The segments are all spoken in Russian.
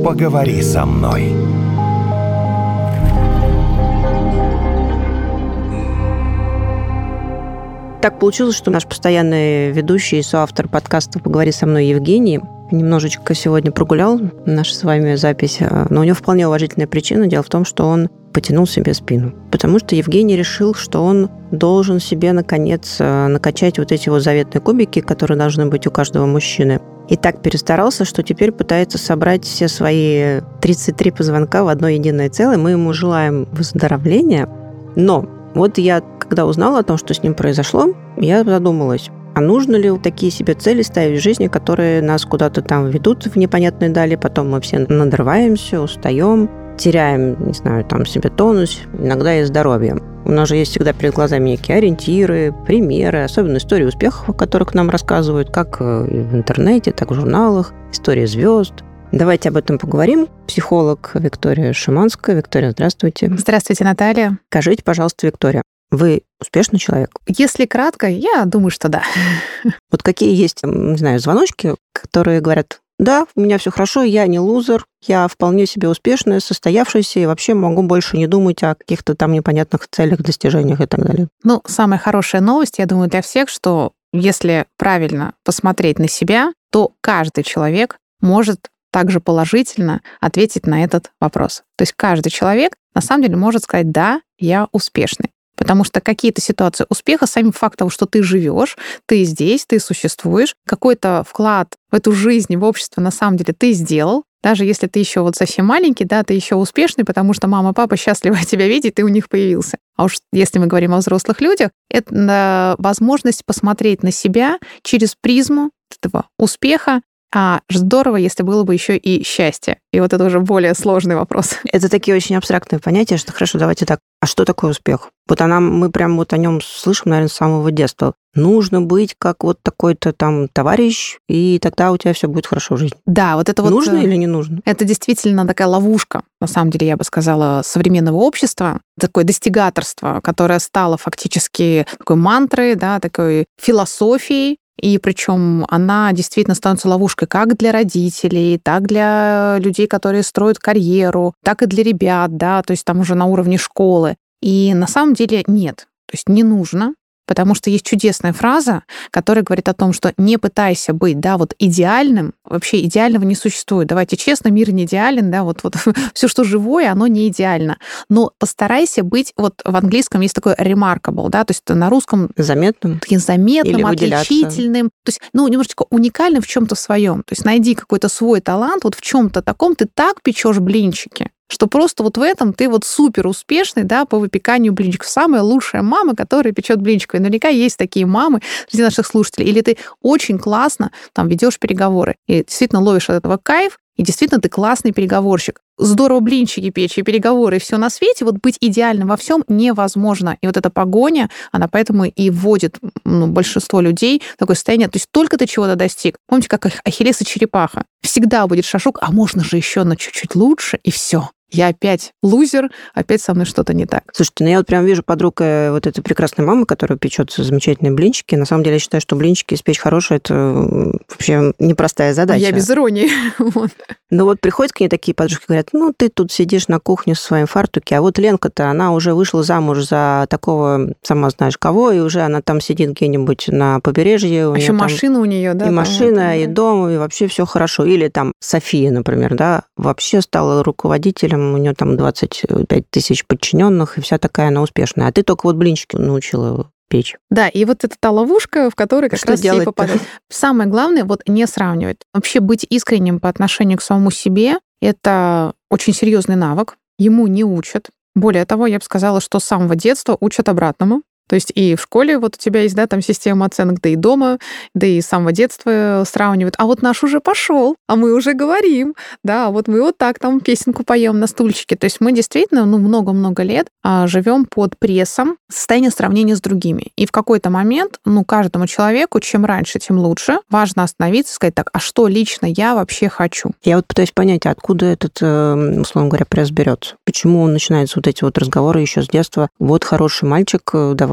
Поговори со мной. Так получилось, что наш постоянный ведущий и соавтор подкаста «Поговори со мной» Евгений немножечко сегодня прогулял нашу с вами запись, но у него вполне уважительная причина. Дело в том, что он потянул себе спину. Потому что Евгений решил, что он должен себе, наконец, накачать вот эти вот заветные кубики, которые должны быть у каждого мужчины. И так перестарался, что теперь пытается собрать все свои 33 позвонка в одно единое целое. Мы ему желаем выздоровления. Но вот я, когда узнала о том, что с ним произошло, я задумалась, а нужно ли такие себе цели ставить в жизни, которые нас куда-то там ведут в непонятные дали, потом мы все надрываемся, устаем, теряем, не знаю, там себе тонус, иногда и здоровье. У нас же есть всегда перед глазами некие ориентиры, примеры, особенно истории успехов, о которых нам рассказывают, как в интернете, так в журналах, истории звезд. Давайте об этом поговорим. Психолог Виктория Шиманская. Виктория, здравствуйте. Здравствуйте, Наталья. Скажите, пожалуйста, Виктория, вы успешный человек? Если кратко, я думаю, что да. Вот какие есть, не знаю, звоночки, которые говорят: да, у меня все хорошо, я не лузер, я вполне себе успешная, состоявшаяся, и вообще могу больше не думать о каких-то там непонятных целях, достижениях и так далее. Ну, самая хорошая новость, я думаю, для всех, что если правильно посмотреть на себя, то каждый человек может также положительно ответить на этот вопрос. То есть каждый человек на самом деле может сказать: да, я успешный. Потому что какие-то ситуации успеха, самим фактом, что ты живешь, ты здесь, ты существуешь, какой-то вклад в эту жизнь, в общество на самом деле ты сделал. Даже если ты еще вот совсем маленький, да, ты еще успешный, потому что мама, папа счастливы тебя видеть, ты у них появился. А уж если мы говорим о взрослых людях, это возможность посмотреть на себя через призму этого успеха. А здорово, если было бы еще и счастье. И вот это уже более сложный вопрос. Это такие очень абстрактные понятия, что хорошо, давайте так. А что такое успех? Вот мы прям вот о нем слышим, наверное, с самого детства. Нужно быть как вот такой-то там товарищ, и тогда у тебя все будет хорошо в жизни. Да, вот это вот... Нужно или не нужно? Это действительно такая ловушка, на самом деле, я бы сказала, современного общества, такое достигаторство, которое стало фактически такой мантрой, да, такой философией. И причем она действительно становится ловушкой как для родителей, так для людей, которые строят карьеру, так и для ребят, да, то есть там уже на уровне школы. И на самом деле нет, то есть не нужно, потому что есть чудесная фраза, которая говорит о том, что не пытайся быть, да, вот идеальным, вообще идеального не существует. Давайте честно, мир не идеален, да, вот все, что живое, оно не идеально. Но постарайся быть, вот в английском есть такое remarkable, да, то есть на русском заметным, отличительным, то есть, немножечко уникальным в чем-то своем. То есть найди какой-то свой талант, вот в чем-то таком ты так печешь блинчики, что просто вот в этом ты вот супер успешный, да, по выпеканию блинчиков. Самая лучшая мама, которая печет блинчики. И наверняка есть такие мамы среди наших слушателей. Или ты очень классно там ведешь переговоры и действительно ловишь от этого кайф, и действительно ты классный переговорщик. Здорово блинчики печь и переговоры, и все на свете. Вот быть идеальным во всем невозможно. И вот эта погоня, она поэтому и вводит большинство людей в такое состояние. То есть только ты чего-то достиг. Помните, как Ахиллес и черепаха. Всегда будет шажок, а можно же еще на чуть-чуть лучше, и все. Я опять лузер, опять со мной что-то не так. Слушайте, я вот прям вижу подруг вот этой прекрасной мамы, которая печет замечательные блинчики. На самом деле, я считаю, что блинчики испечь хорошие, это вообще непростая задача. Я без иронии. Но вот приходят к ней такие подружки, говорят: ты тут сидишь на кухне в своем фартуке, а вот Ленка-то, она уже вышла замуж за такого, сама знаешь кого, и уже она там сидит где-нибудь на побережье. Еще машина у нее, да? И машина, и дом, и вообще все хорошо. Или там София, например, да, вообще стала руководителем, у нее там 25 тысяч подчиненных, и вся такая она успешная. А ты только вот блинчики научила печь. Да, и вот это та ловушка, в которой как раз все попадают. Самое главное, вот не сравнивать. Вообще быть искренним по отношению к самому себе — это очень серьезный навык. Ему не учат. Более того, я бы сказала, что с самого детства учат обратному. То есть и в школе вот у тебя есть, да, там система оценок, да и дома, да и с самого детства сравнивают. А вот наш уже пошел, а мы уже говорим, да, вот мы вот так там песенку поем на стульчике. То есть мы действительно, много-много лет живем под прессом состояния сравнения с другими. И в какой-то момент, каждому человеку, чем раньше, тем лучше, важно остановиться и сказать: так, а что лично я вообще хочу? Я вот пытаюсь понять, откуда этот, условно говоря, пресс берется. Почему начинаются вот эти вот разговоры еще с детства? Вот хороший мальчик, давай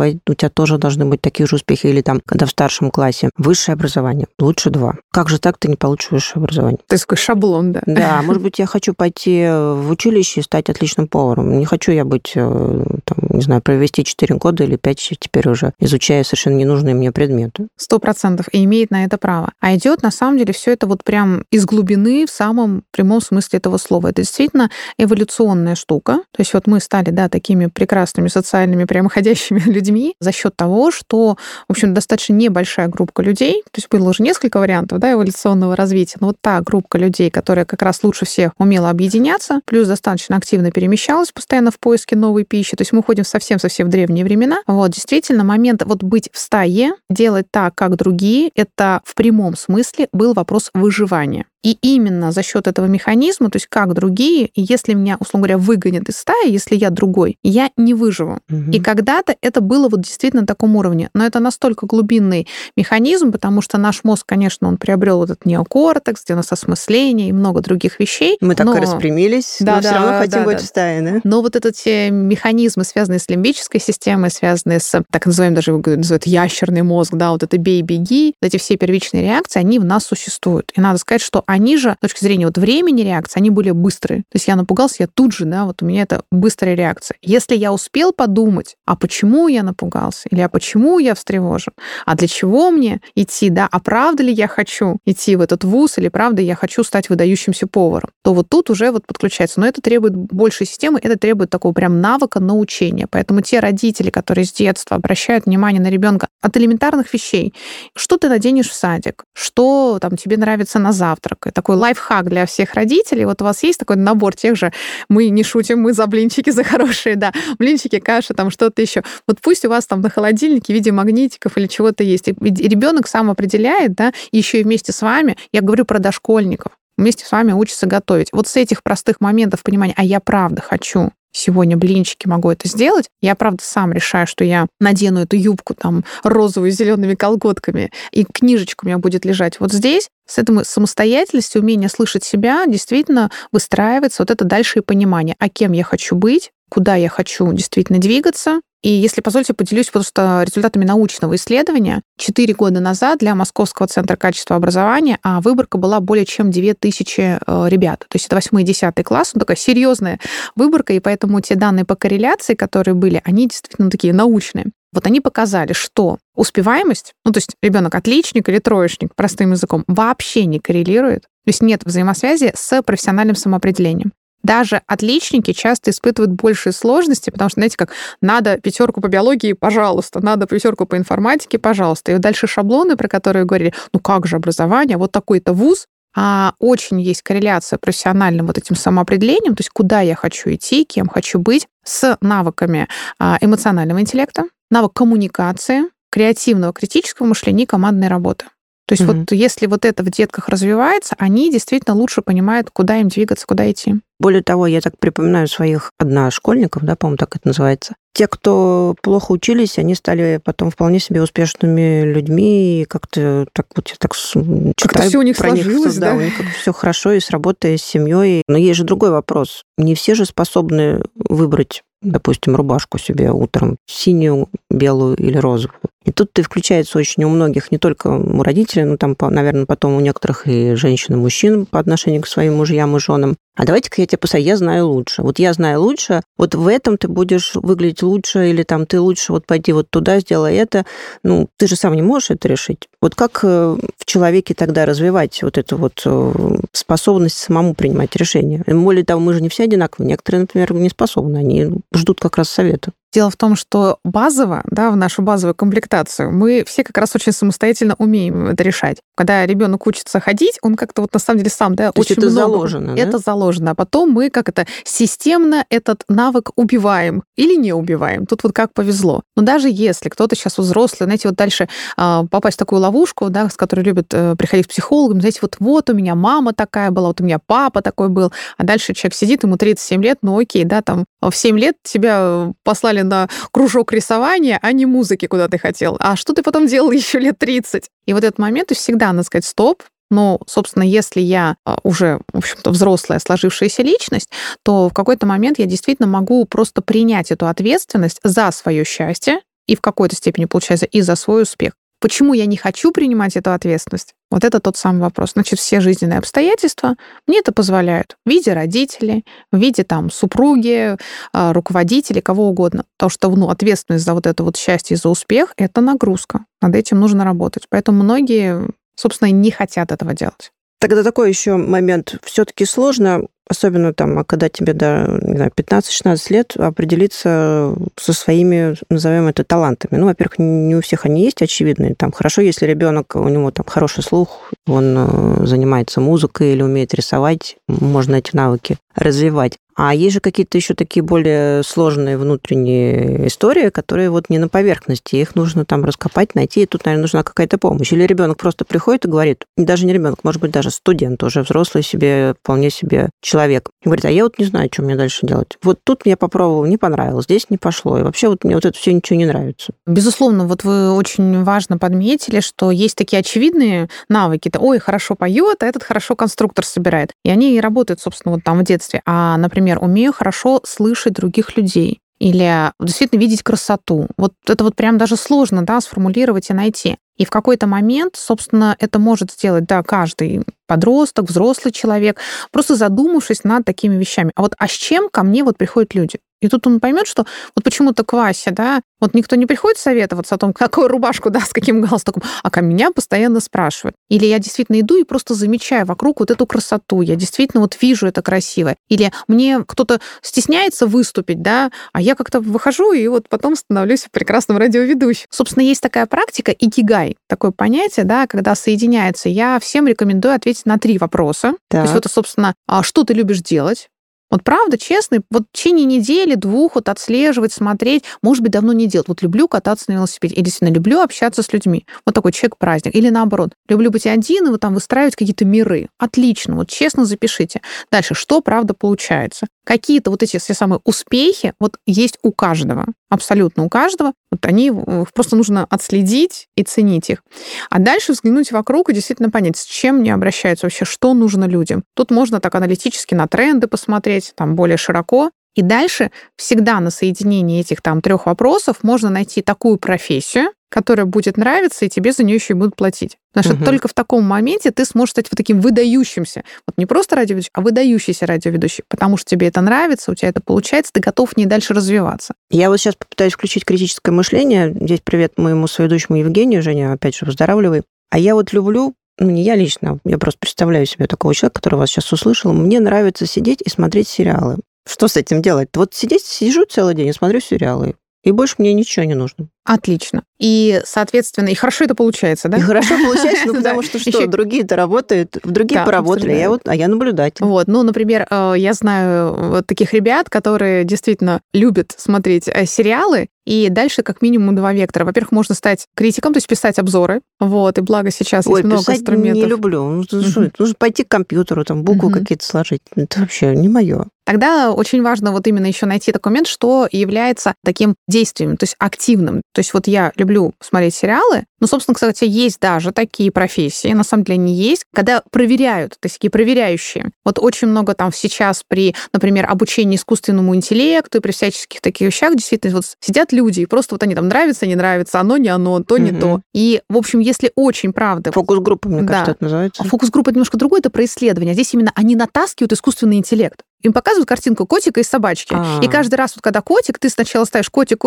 у тебя тоже должны быть такие же успехи, или там, когда в старшем классе высшее образование, лучше 2. Как же так ты не получишь высшее образование? То есть такой шаблон, да? Да, может быть, я хочу пойти в училище и стать отличным поваром. Не хочу я быть, там, не знаю, провести 4 года или 5 теперь уже, изучая совершенно ненужные мне предметы. 100%. И имеет на это право. А идет, на самом деле, все это вот прям из глубины в самом прямом смысле этого слова. Это действительно эволюционная штука. То есть вот мы стали, да, такими прекрасными социальными прямоходящими людьми за счет того, что, в общем, достаточно небольшая группа людей, то есть было уже несколько вариантов, да, эволюционного развития, но вот та группа людей, которая как раз лучше всех умела объединяться, плюс достаточно активно перемещалась постоянно в поиске новой пищи, то есть мы уходим совсем-совсем в древние времена. Вот, действительно, момент вот быть в стае, делать так, как другие, это в прямом смысле был вопрос выживания. И именно за счет этого механизма, то есть как другие, и если меня, условно говоря, выгонят из стаи, если я другой, я не выживу. Угу. И когда-то это было вот действительно на таком уровне. Но это настолько глубинный механизм, потому что наш мозг, конечно, он приобрел вот этот неокортекс, где у нас осмысление и много других вещей. Мы так и распрямились, но все равно хотим быть в стае, да? Но вот эти механизмы, связанные с лимбической системой, связанные с, так называемым, даже называют ящерный мозг, да, вот это бей-беги, эти все первичные реакции, они в нас существуют. И надо сказать, что они же, с точки зрения вот времени реакции, они более быстрые. То есть я напугался, я тут же, да, вот у меня это быстрая реакция. Если я успел подумать, а почему я напугался, или а почему я встревожен, а для чего мне идти, да, а правда ли я хочу идти в этот вуз, или правда я хочу стать выдающимся поваром, то вот тут уже вот подключается. Но это требует большей системы, это требует такого прям навыка научения. Поэтому те родители, которые с детства обращают внимание на ребенка от элементарных вещей, что ты наденешь в садик, что там тебе нравится на завтрак, такой лайфхак для всех родителей. Вот у вас есть такой набор тех же, мы не шутим, мы за блинчики, за хорошие, да, блинчики, каша, там что-то еще. Вот пусть у вас там на холодильнике в виде магнитиков или чего-то есть. И ребенок сам определяет, да, еще и вместе с вами, я говорю про дошкольников, вместе с вами учится готовить. Вот с этих простых моментов понимания, а я правда хочу сегодня блинчики, могу это сделать. Я, правда, сам решаю, что я надену эту юбку там розовую с зелеными колготками, и книжечка у меня будет лежать вот здесь. С этой самостоятельностью, умение слышать себя, действительно выстраивается вот это дальше и понимание, а кем я хочу быть, куда я хочу действительно двигаться. И если позвольте, поделюсь просто результатами научного исследования. 4 года назад для Московского центра качества образования выборка была более чем 2000 ребят. То есть это 8 и 10 класс, такая серьезная выборка, и поэтому те данные по корреляции, которые были, они действительно такие научные. Вот они показали, что успеваемость, ну то есть ребенок отличник или троечник, простым языком, вообще не коррелирует. То есть нет взаимосвязи с профессиональным самоопределением. Даже отличники часто испытывают большие сложности, потому что, знаете, как надо 5 по биологии, пожалуйста, надо 5 по информатике, пожалуйста. И вот дальше шаблоны, про которые говорили, ну как же образование, вот такой-то вуз, а очень есть корреляция профессиональным вот этим самоопределением, то есть куда я хочу идти, кем хочу быть, с навыками эмоционального интеллекта, навык коммуникации, креативного, критического мышления и командной работы. То есть вот если вот это в детках развивается, они действительно лучше понимают, куда им двигаться, куда идти. Более того, я так припоминаю своих одношкольников, да, по-моему, так это называется. Те, кто плохо учились, они стали потом вполне себе успешными людьми, и как-то так вот я так читаю как-то все у них про сложилось, них, да? У них все хорошо и с работой, и с семьей. Но есть же другой вопрос. Не все же способны выбрать, допустим, рубашку себе утром, синюю, белую или розовую. И тут включается очень у многих, не только у родителей, но там, наверное, потом у некоторых и женщин, и мужчин по отношению к своим мужьям и женам. А давайте-ка я тебе посоветую, я знаю лучше. Вот я знаю лучше, вот в этом ты будешь выглядеть лучше, или там ты лучше вот пойди вот туда, сделай это. Ну, ты же сам не можешь это решить. Вот как в человеке тогда развивать вот эту вот способность самому принимать решения? Более того, мы же не все одинаковые. Некоторые, например, не способны, они ждут как раз совета. Дело в том, что базово, да, в нашу базовую комплектацию мы все как раз очень самостоятельно умеем это решать. Когда ребенок учится ходить, он как-то вот на самом деле сам, да, то очень это много... заложено, да? Это заложено. А потом мы как это системно этот навык убиваем или не убиваем. Тут вот как повезло. Но даже если кто-то сейчас взрослый, знаете, вот дальше попасть в такую ловушку, да, с которой любят приходить к психологам, знаете, вот у меня мама такая была, вот у меня папа такой был, а дальше человек сидит, ему 37 лет, ну окей, да, там в 7 лет тебя послали на кружок рисования, а не музыки, куда ты хотел. А что ты потом делал еще лет 30? И вот этот момент, то есть всегда надо сказать стоп. Но, собственно, если я уже, в общем-то, взрослая, сложившаяся личность, то в какой-то момент я действительно могу просто принять эту ответственность за свое счастье и в какой-то степени, получается, и за свой успех. Почему я не хочу принимать эту ответственность? Вот это тот самый вопрос. Значит, все жизненные обстоятельства мне это позволяют в виде родителей, в виде там супруги, руководителей, кого угодно. То, что ответственность за вот это вот счастье и за успех — это нагрузка. Над этим нужно работать. Поэтому многие, собственно, не хотят этого делать. Тогда такой еще момент. Все-таки сложно, особенно там, когда тебе, не знаю, 15-16 лет, определиться со своими, назовем это, талантами. Во-первых, не у всех они есть, очевидные. Там хорошо, если ребенок, у него там хороший слух, он занимается музыкой или умеет рисовать, можно эти навыки развивать. А есть же какие-то еще такие более сложные внутренние истории, которые не на поверхности. Их нужно там раскопать, найти, и тут, наверное, нужна какая-то помощь. Или ребенок просто приходит и говорит, даже не ребенок, может быть, даже студент, уже взрослый вполне себе человек. И говорит, а я не знаю, что мне дальше делать. Вот тут я попробовала, не понравилось, здесь не пошло. И вообще мне это все ничего не нравится. Безусловно, вы очень важно подметили, что есть такие очевидные навыки. Ой, хорошо поет, а этот хорошо конструктор собирает. И они и работают, собственно, там в детстве. А, например, умею хорошо слышать других людей или действительно видеть красоту. Вот это прям даже сложно, сформулировать и найти. И в какой-то момент, собственно, это может сделать, каждый подросток, взрослый человек, просто задумавшись над такими вещами. А с чем ко мне приходят люди? И тут он поймет, что почему-то к Васе, никто не приходит советоваться о том, какую рубашку, с каким галстуком, а ко меня постоянно спрашивают. Или я действительно иду и просто замечаю вокруг эту красоту, я действительно вижу это красивое. Или мне кто-то стесняется выступить, а я как-то выхожу и потом становлюсь прекрасным радиоведущим. Собственно, есть такая практика икигай, такое понятие, когда соединяется. Я всем рекомендую ответить на 3 вопроса. Так. То есть это, собственно, что ты любишь делать? Правда, честно, в течение недели, 2 отслеживать, смотреть, может быть, давно не делать. Люблю кататься на велосипеде, или действительно люблю общаться с людьми. Такой человек-праздник. Или наоборот, люблю быть один и выстраивать какие-то миры. Отлично, честно запишите. Дальше, что правда получается? Какие-то эти все самые успехи есть у каждого, абсолютно у каждого. Они просто нужно отследить и ценить их. А дальше взглянуть вокруг и действительно понять, с чем мне обращаются вообще, что нужно людям. Тут можно так аналитически на тренды посмотреть, более широко. И дальше всегда на соединении этих 3 вопросов можно найти такую профессию, которая будет нравиться, и тебе за нее еще и будут платить. Потому что только в таком моменте ты сможешь стать таким выдающимся. Не просто радиоведущим, а выдающийся радиоведущий. Потому что тебе это нравится, у тебя это получается, ты готов в ней дальше развиваться. Я сейчас попытаюсь включить критическое мышление. Здесь привет моему соведущему Евгению. Женя, опять же, выздоравливай. А я люблю, не я лично, я просто представляю себе такого человека, который вас сейчас услышал. Мне нравится сидеть и смотреть сериалы. Что с этим делать? Сижу целый день и смотрю сериалы. И больше мне ничего не нужно. Отлично. И, соответственно, и хорошо это получается, да? И хорошо получается, потому что другие-то работают, другие поработали, а я наблюдатель. Например, я знаю таких ребят, которые действительно любят смотреть сериалы, и дальше как минимум 2 вектора. Во-первых, можно стать критиком, то есть писать обзоры. И благо сейчас есть много инструментов. Не люблю. Нужно пойти к компьютеру, буквы какие-то сложить. Это вообще не мое. Тогда очень важно именно еще найти такой момент, что является таким действием, то есть активным. То есть я люблю смотреть сериалы, но, собственно, кстати, есть даже такие профессии, на самом деле они есть, когда проверяют, то есть такие проверяющие. Очень много сейчас при, например, обучении искусственному интеллекту и при всяческих таких вещах действительно сидят люди, и просто они нравится, не нравится, оно, не оно, то, не то. И, в общем, если очень правда... Фокус-группа, мне кажется, это называется. Фокус-группа немножко другое, это про исследование. Здесь именно они натаскивают искусственный интеллект. Им показывают картинку котика и собачки. И каждый раз, когда котик, ты сначала ставишь котик,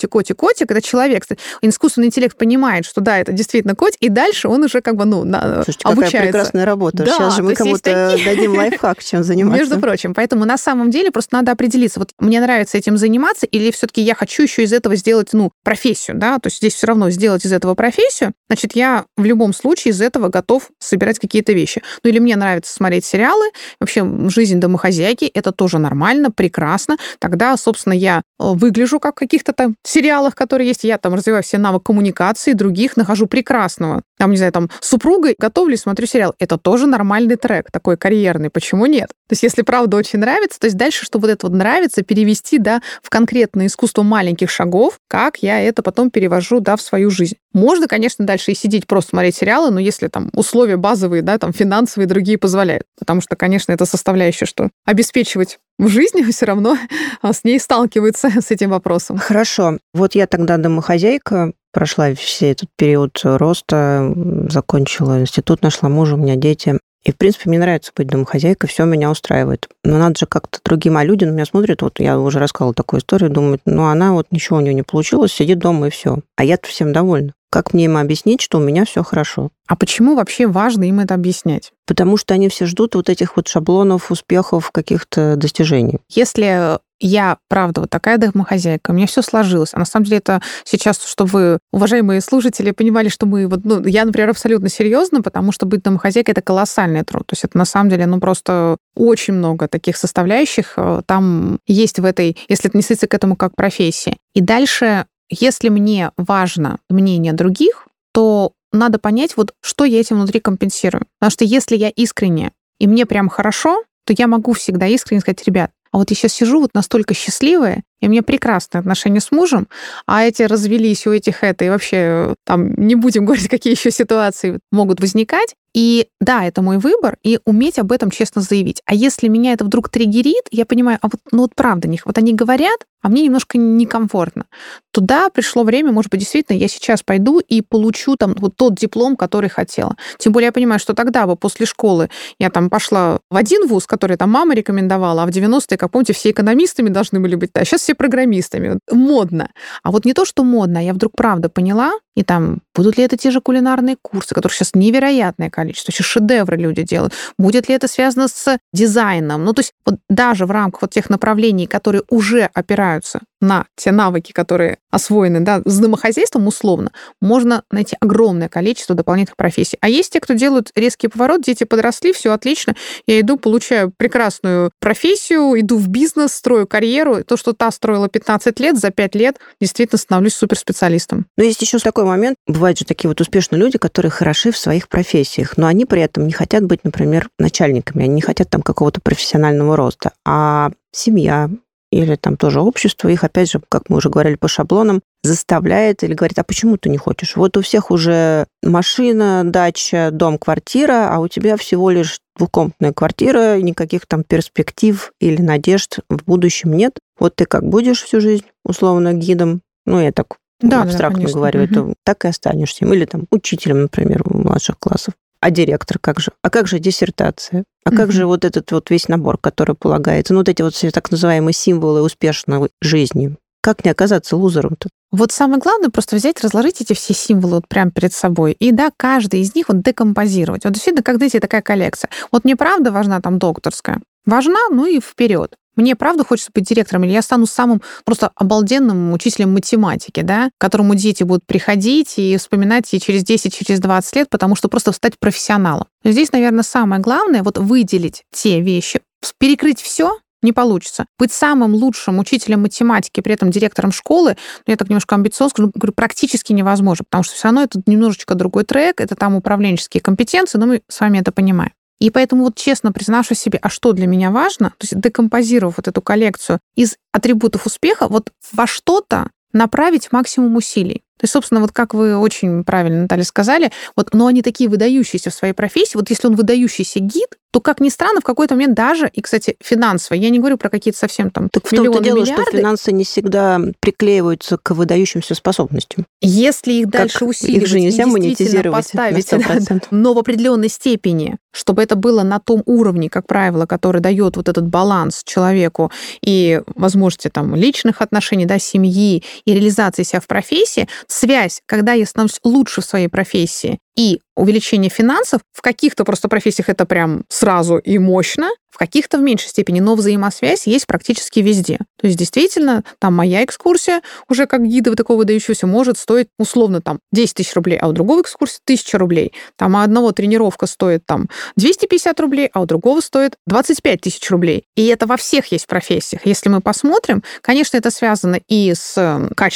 это человек. Искусственный интеллект понимает, что да, это действительно котик, и дальше он уже Слушайте, обучается. Какая прекрасная работа. Да, сейчас же мы кому-то дадим лайфхак, чем заниматься. Между прочим. Поэтому на самом деле просто надо определиться, мне нравится этим заниматься, или все-таки я хочу еще из этого сделать, профессию, да, то есть здесь все равно сделать из этого профессию, значит, я в любом случае из этого готов собирать какие-то вещи. Или мне нравится смотреть сериалы, вообще жизнь домохозяйки, это тоже нормально, прекрасно. Тогда, собственно, я выгляжу как в каких-то сериалах, которые есть, я развиваю все навыки коммуникации, других нахожу прекрасного. С супругой готовлю и смотрю сериал. Это тоже нормальный трек, такой карьерный. Почему нет? То есть, если правда очень нравится, то есть дальше, что это нравится, перевести, в конкретное искусство маленьких шагов, как я это потом перевожу, в свою жизнь. Можно, конечно, дальше и сидеть, просто смотреть сериалы, но если там условия базовые, да, там финансовые и другие позволяют. Потому что, конечно, это составляющая, что обеспечивать в жизни все равно с ней сталкиваются, с этим вопросом. Хорошо. Вот я тогда домохозяйка, прошла весь этот период роста, закончила институт, нашла мужа, у меня дети. И, в принципе, мне нравится быть домохозяйкой, все меня устраивает. Но надо же как-то другим, а люди на меня смотрят, вот я уже рассказывала такую историю, думают, ну, она вот ничего у нее не получилось, сидит дома и все. А я-то всем довольна. Как мне им объяснить, что у меня все хорошо? А почему вообще важно им это объяснять? Потому что они все ждут вот этих вот шаблонов, успехов, каких-то достижений. Если я, правда, вот такая домохозяйка, у меня все сложилось. А на самом деле это сейчас, чтобы вы, уважаемые слушатели, понимали, что мы вот, ну, я, например, абсолютно серьезно, потому что быть домохозяйкой — это колоссальный труд. То есть это на самом деле, ну, просто очень много таких составляющих там есть в этой, если относиться к этому как профессии. И дальше, если мне важно мнение других, то надо понять, вот что я этим внутри компенсирую. Потому что если я искренне, и мне прям хорошо, то я могу всегда искренне сказать: ребят, а вот я сейчас сижу вот настолько счастливая, и у меня прекрасные отношения с мужем, а эти развелись, у этих это, и вообще там не будем говорить, какие еще ситуации могут возникать. И да, это мой выбор, и уметь об этом честно заявить. А если меня это вдруг триггерит, я понимаю, а вот, ну вот правда, вот они говорят, а мне немножко некомфортно. Туда пришло время, может быть, действительно, я сейчас пойду и получу там вот тот диплом, который хотела. Тем более я понимаю, что тогда бы после школы я там пошла в один вуз, который там мама рекомендовала, а в 90-е, как помните, все экономистами должны были быть, а сейчас все программистами. Модно. А вот не то, что модно, а я вдруг правда поняла, и там будут ли это те же кулинарные курсы, которых сейчас невероятное количество, еще шедевры люди делают. Будет ли это связано с дизайном? Ну, то есть вот даже в рамках вот тех направлений, которые уже опираются на те навыки, которые освоены, да, с домохозяйством условно, можно найти огромное количество дополнительных профессий. А есть те, кто делают резкий поворот, дети подросли, все отлично, я иду, получаю прекрасную профессию, иду в бизнес, строю карьеру. То, что та строила 15 лет, за 5 лет действительно становлюсь суперспециалистом. Но есть еще такой момент. Бывают же такие вот успешные люди, которые хороши в своих профессиях, но они при этом не хотят быть, например, начальниками, они не хотят там какого-то профессионального роста. А семья или там тоже общество их, опять же, как мы уже говорили, по шаблонам, заставляет или говорит: а почему ты не хочешь? Вот у всех уже машина, дача, дом, квартира, а у тебя всего лишь двухкомнатная квартира, никаких там перспектив или надежд в будущем нет. Вот ты как будешь всю жизнь условно гидом, ну, я так абстрактно говорю, это так и останешься. Или там учителем, например, у младших классов. А директор как же? А как же диссертация? А как же вот этот вот весь набор, который полагается? Ну, вот эти вот все так называемые символы успешной жизни. Как не оказаться лузером-то? Вот самое главное просто взять, разложить эти все символы вот прямо перед собой. И да, каждый из них вот декомпозировать. Вот действительно, как, знаете, такая коллекция. Вот мне правда важна там докторская. Важна, ну и вперед. Мне правда хочется быть директором, или я стану самым просто обалденным учителем математики, да, к которому дети будут приходить и вспоминать и через 10, через 20 лет, потому что просто стать профессионалом. Здесь, наверное, самое главное вот выделить те вещи, перекрыть все не получится. Быть самым лучшим учителем математики, при этом директором школы, я так немножко амбициозно скажу, говорю, практически невозможно, потому что все равно это немножечко другой трек, это там управленческие компетенции, но мы с вами это понимаем. И поэтому вот честно признавшись себе, а что для меня важно, то есть декомпозировав вот эту коллекцию из атрибутов успеха, вот во что-то направить максимум усилий. То есть, собственно, вот как вы очень правильно, Наталья, сказали, вот, но они такие выдающиеся в своей профессии, вот если он выдающийся гид, то, как ни странно, в какой-то момент даже, и, кстати, финансово, я не говорю про какие-то совсем там так миллионы, в том-то дело, миллиарды. что финансы не всегда приклеиваются к выдающимся способностям. Если их дальше усиливать, их же нельзя монетизировать поставить но в определенной степени, чтобы это было на том уровне, как правило, который дает вот этот баланс человеку и возможности там личных отношений, да, семьи и реализации себя в профессии, связь, когда я становлюсь лучше в своей профессии, и увеличение финансов, в каких-то просто профессиях это прям сразу и мощно, в каких-то в меньшей степени, но взаимосвязь есть практически везде. То есть действительно, там моя экскурсия уже как гида такого выдающегося может стоить условно там 10 тысяч рублей, а у другого экскурсии 1000 рублей. Там у одного тренировка стоит там 250 рублей, а у другого стоит 25 тысяч рублей. И это во всех есть профессиях. Если мы посмотрим, конечно, это связано и с качеством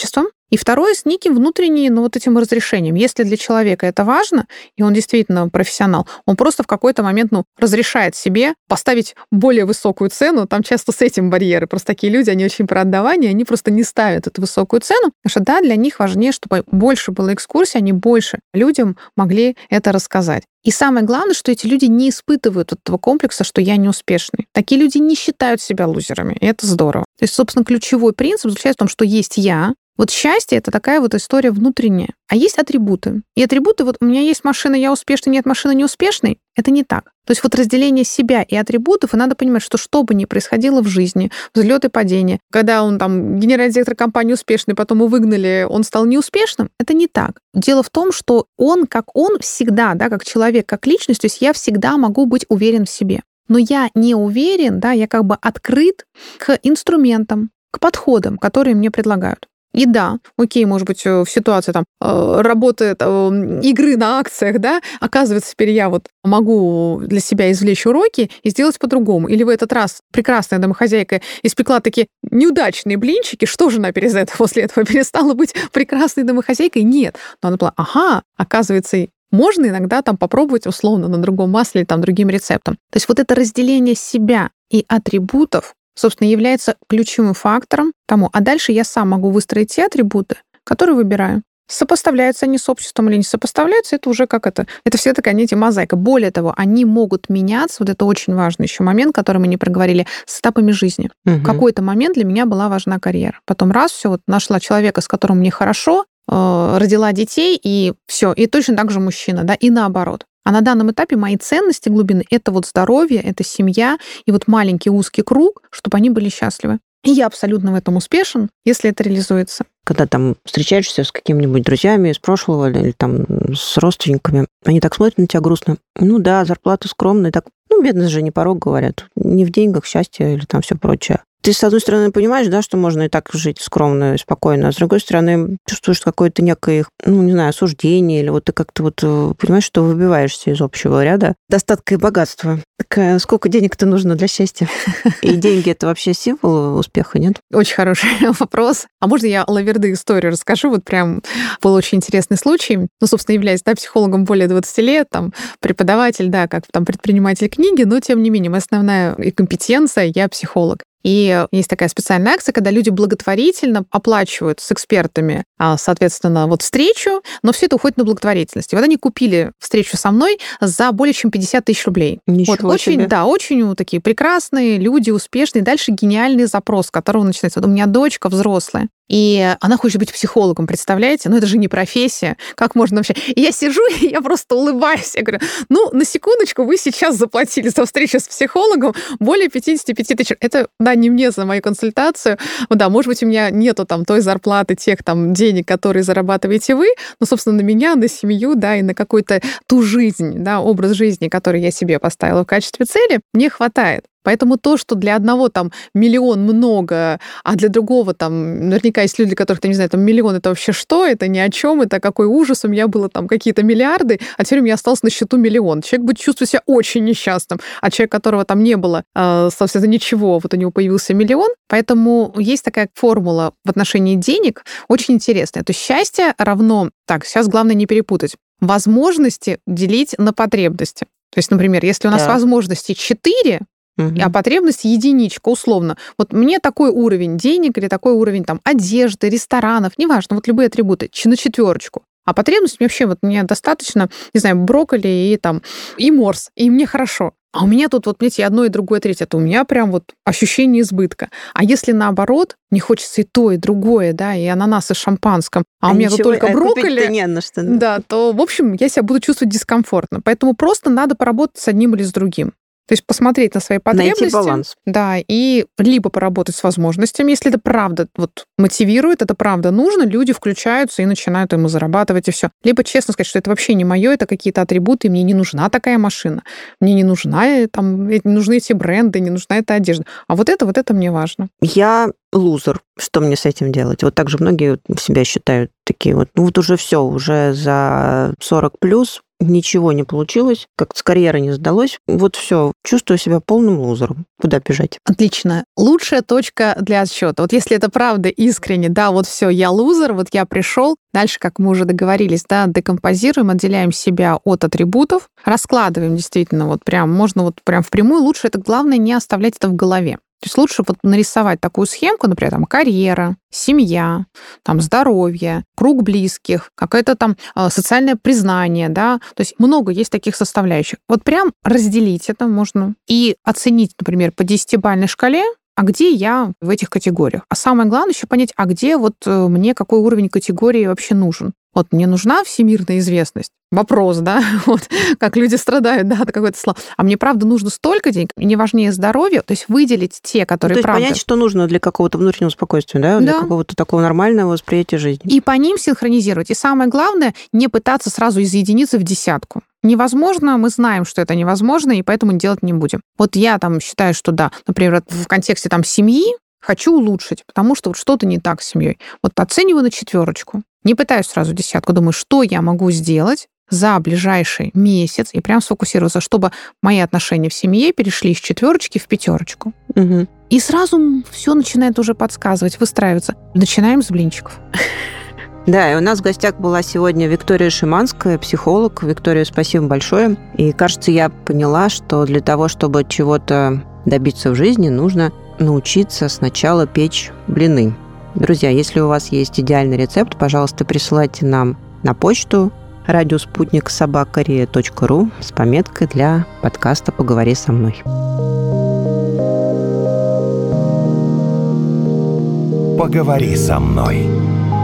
И второе, с неким внутренним, вот этим разрешением. Если для человека это важно, и он действительно профессионал, он просто в какой-то момент, разрешает себе поставить более высокую цену. Там часто с этим барьеры. Просто такие люди, они очень про отдавание, они просто не ставят эту высокую цену, потому что, да, для них важнее, чтобы больше было экскурсий, они больше людям могли это рассказать. И самое главное, что эти люди не испытывают этого комплекса, что я неуспешный. Такие люди не считают себя лузерами, и это здорово. То есть, собственно, ключевой принцип заключается в том, что есть я. Вот счастье — это такая вот история внутренняя. А есть атрибуты. И атрибуты, вот у меня есть машина, я успешный, нет машины, неуспешный. Это не так. То есть вот разделение себя и атрибутов, и надо понимать, что бы ни происходило в жизни, взлеты и падения, когда он там генеральный директор компании успешный, потом его выгнали, он стал неуспешным, это не так. Дело в том, что он всегда, да, как человек, как личность, то есть я всегда могу быть уверен в себе. Но я не уверен, да, я открыт к инструментам, к подходам, которые мне предлагают. И да, окей, может быть, в ситуации работы игры на акциях, да, оказывается, теперь я могу для себя извлечь уроки и сделать по-другому. Или в этот раз прекрасная домохозяйка испекла такие неудачные блинчики, что же она после этого перестала быть прекрасной домохозяйкой? Нет. Но она была, оказывается, можно иногда попробовать условно на другом масле или другим рецептом. То есть вот это разделение себя и атрибутов, собственно, является ключевым фактором тому. А дальше я сам могу выстроить те атрибуты, которые выбираю. Сопоставляются они с обществом или не сопоставляются, это уже это всегда такая, мозаика. Более того, они могут меняться, вот это очень важный еще момент, который мы не проговорили, с этапами жизни. В какой-то момент для меня была важна карьера. Потом все, нашла человека, с которым мне хорошо, родила детей, и все. И точно так же мужчина, да, и наоборот. А на данном этапе мои ценности глубины — это здоровье, это семья и маленький узкий круг, чтобы они были счастливы. И я абсолютно в этом успешен, если это реализуется. Когда встречаешься с какими-нибудь друзьями из прошлого или с родственниками, они так смотрят на тебя грустно. Ну да, зарплата скромная, бедность же не порог, говорят. Не в деньгах счастье или все прочее. Ты, с одной стороны, понимаешь, да, что можно и так жить скромно и спокойно, а с другой стороны, чувствуешь какое-то некое, осуждение, или ты как-то понимаешь, что выбиваешься из общего ряда достатка и богатства. Сколько денег-то нужно для счастья? И деньги — это вообще символ успеха, нет? Очень хороший вопрос. А можно я лаверды историю расскажу? Прям был очень интересный случай. Собственно, являюсь, психологом более 20 лет, преподаватель, как предприниматель книги, но, тем не менее, моя основная компетенция — я психолог. И есть такая специальная акция, когда люди благотворительно оплачивают с экспертами, соответственно, встречу, но все это уходит на благотворительность. И они купили встречу со мной за более чем 50 тысяч рублей. Ничего себе. Очень такие прекрасные люди, успешные. Дальше гениальный запрос, с которого начинается. У меня дочка взрослая, и она хочет быть психологом, представляете? Это же не профессия. Как можно вообще? И я сижу, и я просто улыбаюсь. Я говорю, на секундочку, вы сейчас заплатили за встречу с психологом более 55 тысяч. Это, не мне за мою консультацию. Может быть, у меня нету той зарплаты, тех денег, которые зарабатываете вы, но, собственно, на меня, на семью, и на какую-то ту жизнь, образ жизни, который я себе поставила в качестве цели, мне хватает. Поэтому то, что для одного миллион много, а для другого наверняка есть люди, для которых, миллион — это вообще что? Это ни о чем, это какой ужас. У меня было какие-то миллиарды, а теперь у меня остался на счету миллион. Человек будет чувствовать себя очень несчастным, а человек, которого не было, собственно, ничего, у него появился миллион. Поэтому есть такая формула в отношении денег очень интересная. То есть счастье равно, сейчас главное не перепутать, возможности делить на потребности. То есть, например, если у нас возможности 4, а потребность единичка, условно. Мне такой уровень денег или такой уровень одежды, ресторанов, неважно, любые атрибуты, на 4. А потребность мне достаточно, брокколи и морс, и мне хорошо. А у меня тут и одно, и другое, и третье. Это у меня прям ощущение избытка. А если наоборот, мне хочется и то, и другое, и ананас, и шампанском, а у меня тут только брокколи, не на что, то, в общем, я себя буду чувствовать дискомфортно. Поэтому просто надо поработать с одним или с другим. То есть посмотреть на свои потребности. Найти баланс. Да, и либо поработать с возможностями, если это правда мотивирует, это правда нужно, люди включаются и начинают ему зарабатывать, и все. Либо честно сказать, что это вообще не мое, это какие-то атрибуты, мне не нужна такая машина, мне не нужна, не нужны эти бренды, не нужна эта одежда. А это мне важно. Я лузер. Что мне с этим делать? Так же многие себя считают такие уже все, уже за 40 плюс, ничего не получилось, как-то с карьерой не сдалось. Вот все, чувствую себя полным лузером. Куда бежать? Отлично. Лучшая точка для отсчета. Вот если это правда искренне, да, вот все, я лузер, вот я пришел. Дальше, как мы уже договорились, да, декомпозируем, отделяем себя от атрибутов, раскладываем действительно, вот прям, можно вот прям впрямую. Лучше это, главное, не оставлять это в голове. То есть лучше вот нарисовать такую схемку, например, там карьера, семья, там здоровье, круг близких, какое-то там социальное признание, да, то есть много есть таких составляющих. Вот прям разделить это можно и оценить, например, по 10-бальной шкале, а где я в этих категориях. А самое главное еще понять, а где вот мне какой уровень категории вообще нужен. Вот мне нужна всемирная известность. Вопрос, да, вот как люди страдают, да, от какой-то слова. А мне, правда, нужно столько денег, мне важнее здоровье, то есть выделить те, которые, то есть правда... понять, что нужно для какого-то внутреннего спокойствия, да, для какого-то такого нормального восприятия жизни. И по ним синхронизировать. И самое главное, не пытаться сразу из единицы в десятку. Невозможно, мы знаем, что это невозможно, и поэтому делать не будем. Вот я там считаю, что да, например, в контексте там семьи хочу улучшить, потому что вот что-то не так с семьей. Вот оцениваю на 4. Не пытаюсь сразу 10, думаю, что я могу сделать за ближайший месяц и прям сфокусироваться, чтобы мои отношения в семье перешли из 4 в 5. Угу. И сразу все начинает уже подсказывать, выстраиваться. Начинаем с блинчиков. Да, и у нас в гостях была сегодня Виктория Шиманская, психолог. Виктория, спасибо большое. И, кажется, я поняла, что для того, чтобы чего-то добиться в жизни, нужно научиться сначала печь блины. Друзья, если у вас есть идеальный рецепт, пожалуйста, присылайте нам на почту radiosputnik@ria.ru с пометкой для подкаста «Поговори со мной». Поговори со мной.